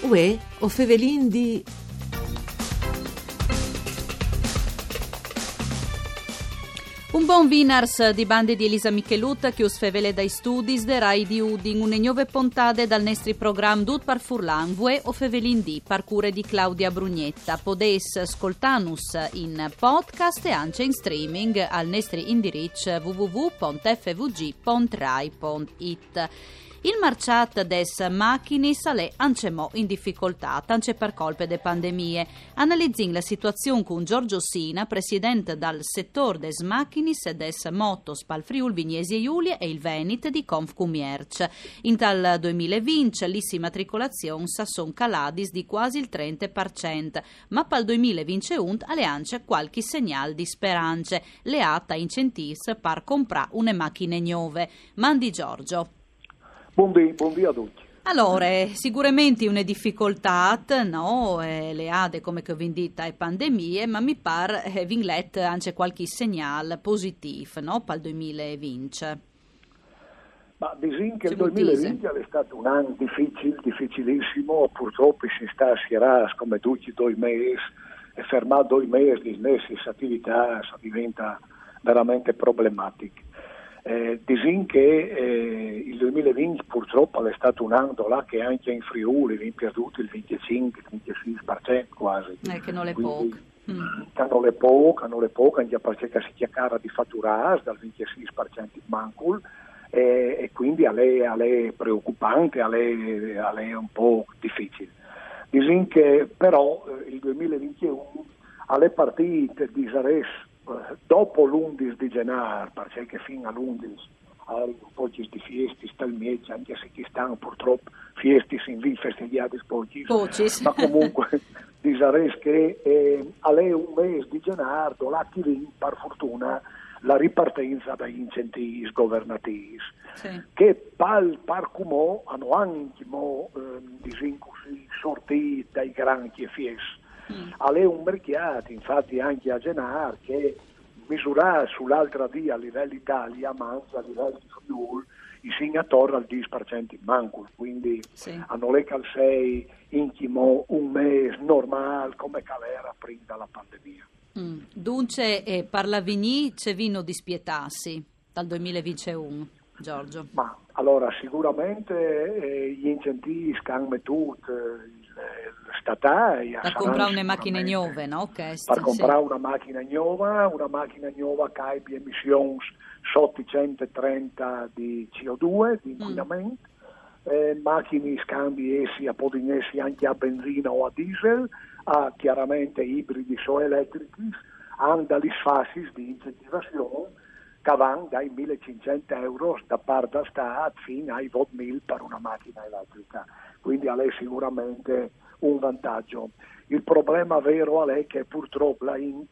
Uè, o fevelin di... Un buon vinars di bande di Elisa Michelut che us fevele dai studi de Rai di Udin, une nuove puntate dal nostro programma Dut par Furlan, Vue o fevelin di parcure di Claudia Brugnetta. Podes ascoltanus in podcast e anche in streaming al nostro indirizzo www.fvg.rai.it. Il marciat des macchinis è ancemò in difficoltà, anche per colpe de pandemie. Analizzin la situazione con Giorgio Sina, presidente dal settore des macchinis e des motos pal Friul Vignesi e Giulia e il Venit di Confcommercio. In tal 2020 l'immatricolazione son caladis di quasi il 30%, ma pal 2021 alle ance qualche segnal di speranze, leata incentivs per comprare une macchine nuove. Mandi Giorgio. Buon dì a tutti. Allora, sicuramente una difficoltà, no? Le ade come che ho vendita e pandemie, ma mi pare vinglet anche qualche segnale positivo, no? Per il 2020. Ma disin che il 2020 è stato un anno difficilissimo, purtroppo si sta a schierare come tutti i 2 mesi, e fermare 2 mesi di queste attività diventa veramente problematico. Disin che il 2020 purtroppo è stato un anno là che anche in Friuli abbiamo perduto il 25-26% quasi. Che non è poco. Che non è poco, anche perché si chiacchiera di fatturare dal 26% in mancul e quindi è preoccupante, è un po' difficile. Disin che però il 2021 alle partite di Zares dopo l'11 di gennaio, perché fino all'11 hai un po' di fiesti, stalmieggi, anche se ci stanno purtroppo fiesti in vi festeggiati pochi, ma comunque disares che è un mese di gennaio, là che per fortuna la ripartenza dagli incentivi governativi, che par come hanno anche sortiti dai grandi fiesti. È un mercato, infatti anche a Genar, che misurare sull'altra via a livello Italia, ma anche a livello di Friuli, i segnatori al 10% in mancul, quindi hanno le calcei intimo un mese normale come calera prima della pandemia. Dunque, Parlavigny c'è vino dispietarsi dal 2021, Giorgio? Ma allora sicuramente gli incentivi che hanno mettuto statali per comprare una macchina nuove, no? Per comprare una macchina nuova che abbia emissioni sotto i 130 di CO2 di inquinamento, macchine scambi essi a podinesi anche a benzina o a diesel, a chiaramente ibridi o elettrici, hanno delle fasi di incentivazione che vanno dai 1.500 euro da parte del Stato fino ai 2.000 per una macchina elettrica, quindi è sicuramente un vantaggio. Il problema vero è che purtroppo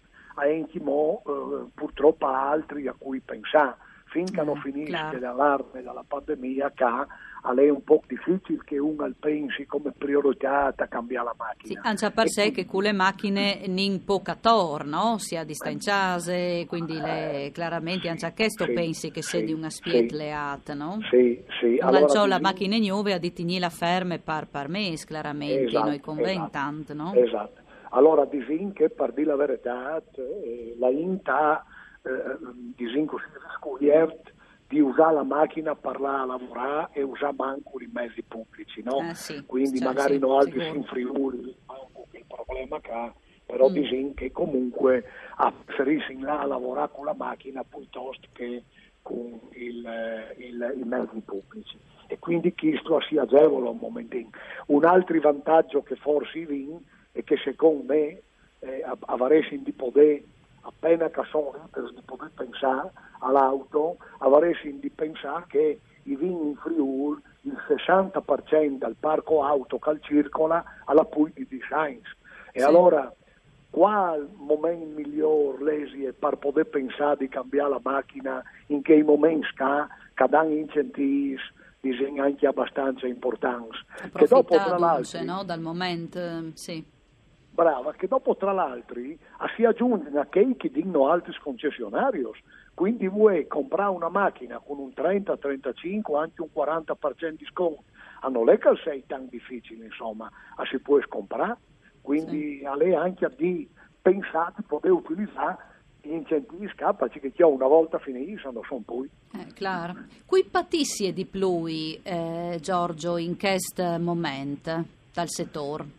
purtroppo ha altri a cui pensare. Finché non finisce l'allarme della pandemia, è un po' difficile che uno pensi come priorità a cambiare la macchina. Sì, anche per sé che con le macchine non pocator, no? Sia distanciate, quindi chiaramente anche a questo pensi che sia di una spietleata, no? Sì. Non allora, la macchina nuova a ditinì la ferme per mese, chiaramente, esatto, noi conventando, no? Esatto. Allora, disin che per dire la verità, la INTA disin così scogliert di usare la macchina per lavorare e usare manco i mezzi pubblici, no? Quindi magari non altri in Friuli, il problema che ha, però disin che comunque preferisci là a lavorare con la macchina piuttosto che con i mezzi pubblici. E quindi questo si agevola un momentino. Un altro vantaggio che forse vin è che secondo me avresti di poter, appena che sono di poter pensare all'auto, avresti di pensare che i vini in Friuli, il 60% del parco auto che circola alla poi di design. E allora, qual momento migliore lesi è per poter pensare di cambiare la macchina, in che momenti che danno incentivi, disegni anche abbastanza importanti. Che dopo tra l'altro, no? Dal momento, sì. Brava, che dopo tra l'altro si aggiungono a che dicono altri concessionari, quindi vuoi comprare una macchina con un 30, 35, anche un 40% di sconto non è che sei tan difficile, insomma, si può comprare, quindi è anche di pensare di poter utilizzare gli incentivi scappa, che una volta finissero, sono poi. Claro. Qui patissie di plui, Giorgio, in questo momento, dal settore?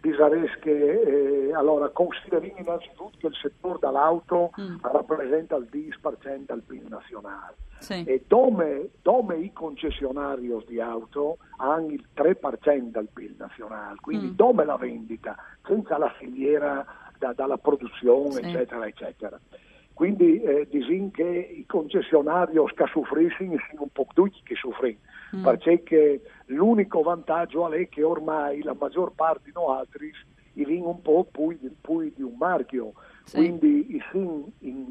Allora, consideriamo innanzitutto che il settore dell'auto rappresenta il 10% del PIL nazionale. Sì. E dove i concessionari di auto hanno il 3% del PIL nazionale, quindi dove la vendita, senza la filiera dalla produzione, eccetera, eccetera. Quindi dicono che i concessionari che soffriscono sono un po' tutti che soffrono, perché l'unico vantaggio è che ormai la maggior parte di noi altri viene un po' più di un marchio, quindi sono in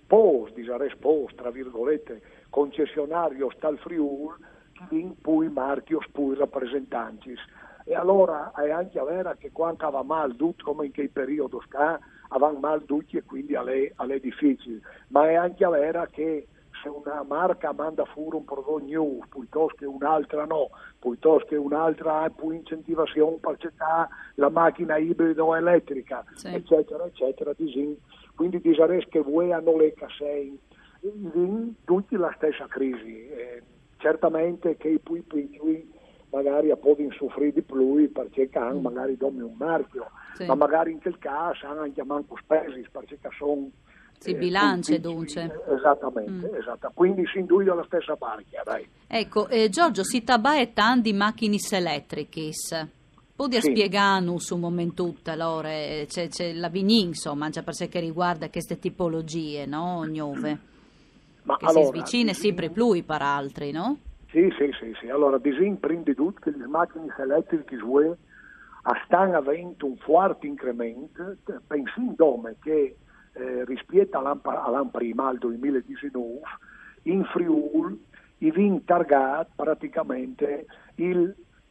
tra virgolette, concessionario dal Friuli, in cui marchi poi rappresentanti. E allora è anche vero che quando va mal tutto, come in quel periodo avevano mal tutti e quindi è difficile, ma è anche vero che se una marca manda fuori un prodotto nuovo, piuttosto che un'altra no, piuttosto che un'altra ha più incentivazione per cercare la macchina ibrida o elettrica, eccetera, eccetera, quindi direi che voi hanno le casse in tutti la stessa crisi. Certamente che i più piccoli magari possono soffrire di più perché hanno magari come un marchio, ma magari in quel caso hanno anche manco spesi perché sono bilance dunque. Esattamente, quindi si induce alla stessa barca, dai. Ecco, Giorgio, si tabae tanti macchine elettriche. Può spiegare su un momento tutto, allora c'è la vignin, insomma, già per sé che riguarda queste tipologie, no, nuove, che allora, si svicine sempre più per altri, no? Sì. Allora, prima di tutto che le macchine elettriche stanno avendo un forte incremento, pensando che rispetto all'anno prima, al 2019, in Friuli viene targato praticamente il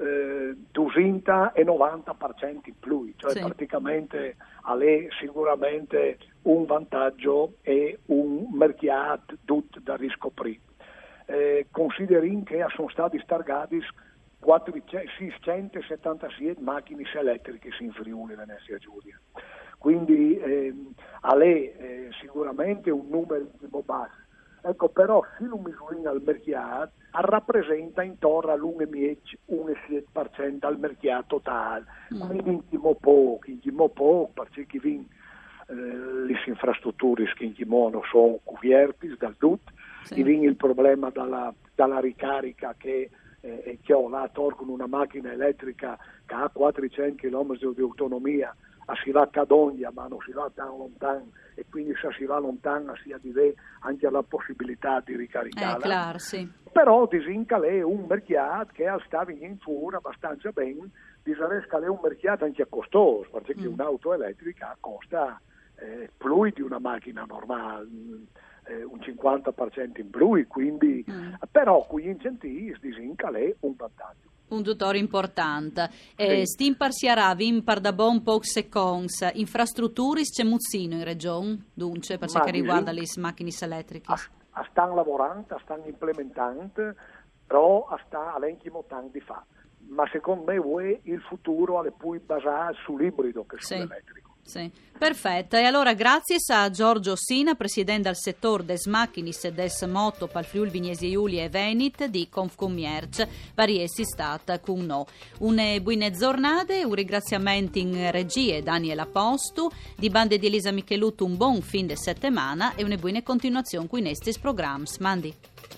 290% in più, cioè praticamente è sicuramente un vantaggio e un mercato tutto da riscoprire. Consideriamo che sono stati targati 677 macchine elettriche in Friuli Venezia Giulia, quindi è sicuramente un numero basso. Ecco, però se lo misuriamo al mercato rappresenta intorno all'1,7% del mercato totale, quindi intimo poco perché le infrastrutture che sono coperte dal tutto, viene il problema dalla ricarica che là torcono una macchina elettrica che ha 400 km di autonomia, si va a Cadogna ma non si va tan lontano e quindi se si va lontano si ha anche la possibilità di ricaricarla. Claro, sì. Però disinca è un mercato che sta venendo fuori abbastanza bene, direi che è un mercato anche costoso, perché un'auto elettrica costa più di una macchina normale, un 50% in più, quindi però con gli incentivi disinca è un vantaggio. Un dottore importante. Stimpar si aravi par da bon pochi secondi. Infrastrutture c'è muzzino in regione, dunque, per ciò che riguarda le macchine elettriche. Stanno lavorando, stanno implementando, però sta l'enchimo tanto di fa. Ma secondo me il futuro è più basato sull'ibrido che sull'elettrico. Sì, perfetto. E allora grazie a Giorgio Sina, presidente del settore des macchinis e des moto pal Friuli Vignesi Giulia e Venit di Confcommercio, variessi stata con no. Une buone giornate, un ringraziamento in regie Daniela Postu, di bande di Elisa Micheluto un buon fin de settimana e une buone continuazione qui in estis programs. Mandi.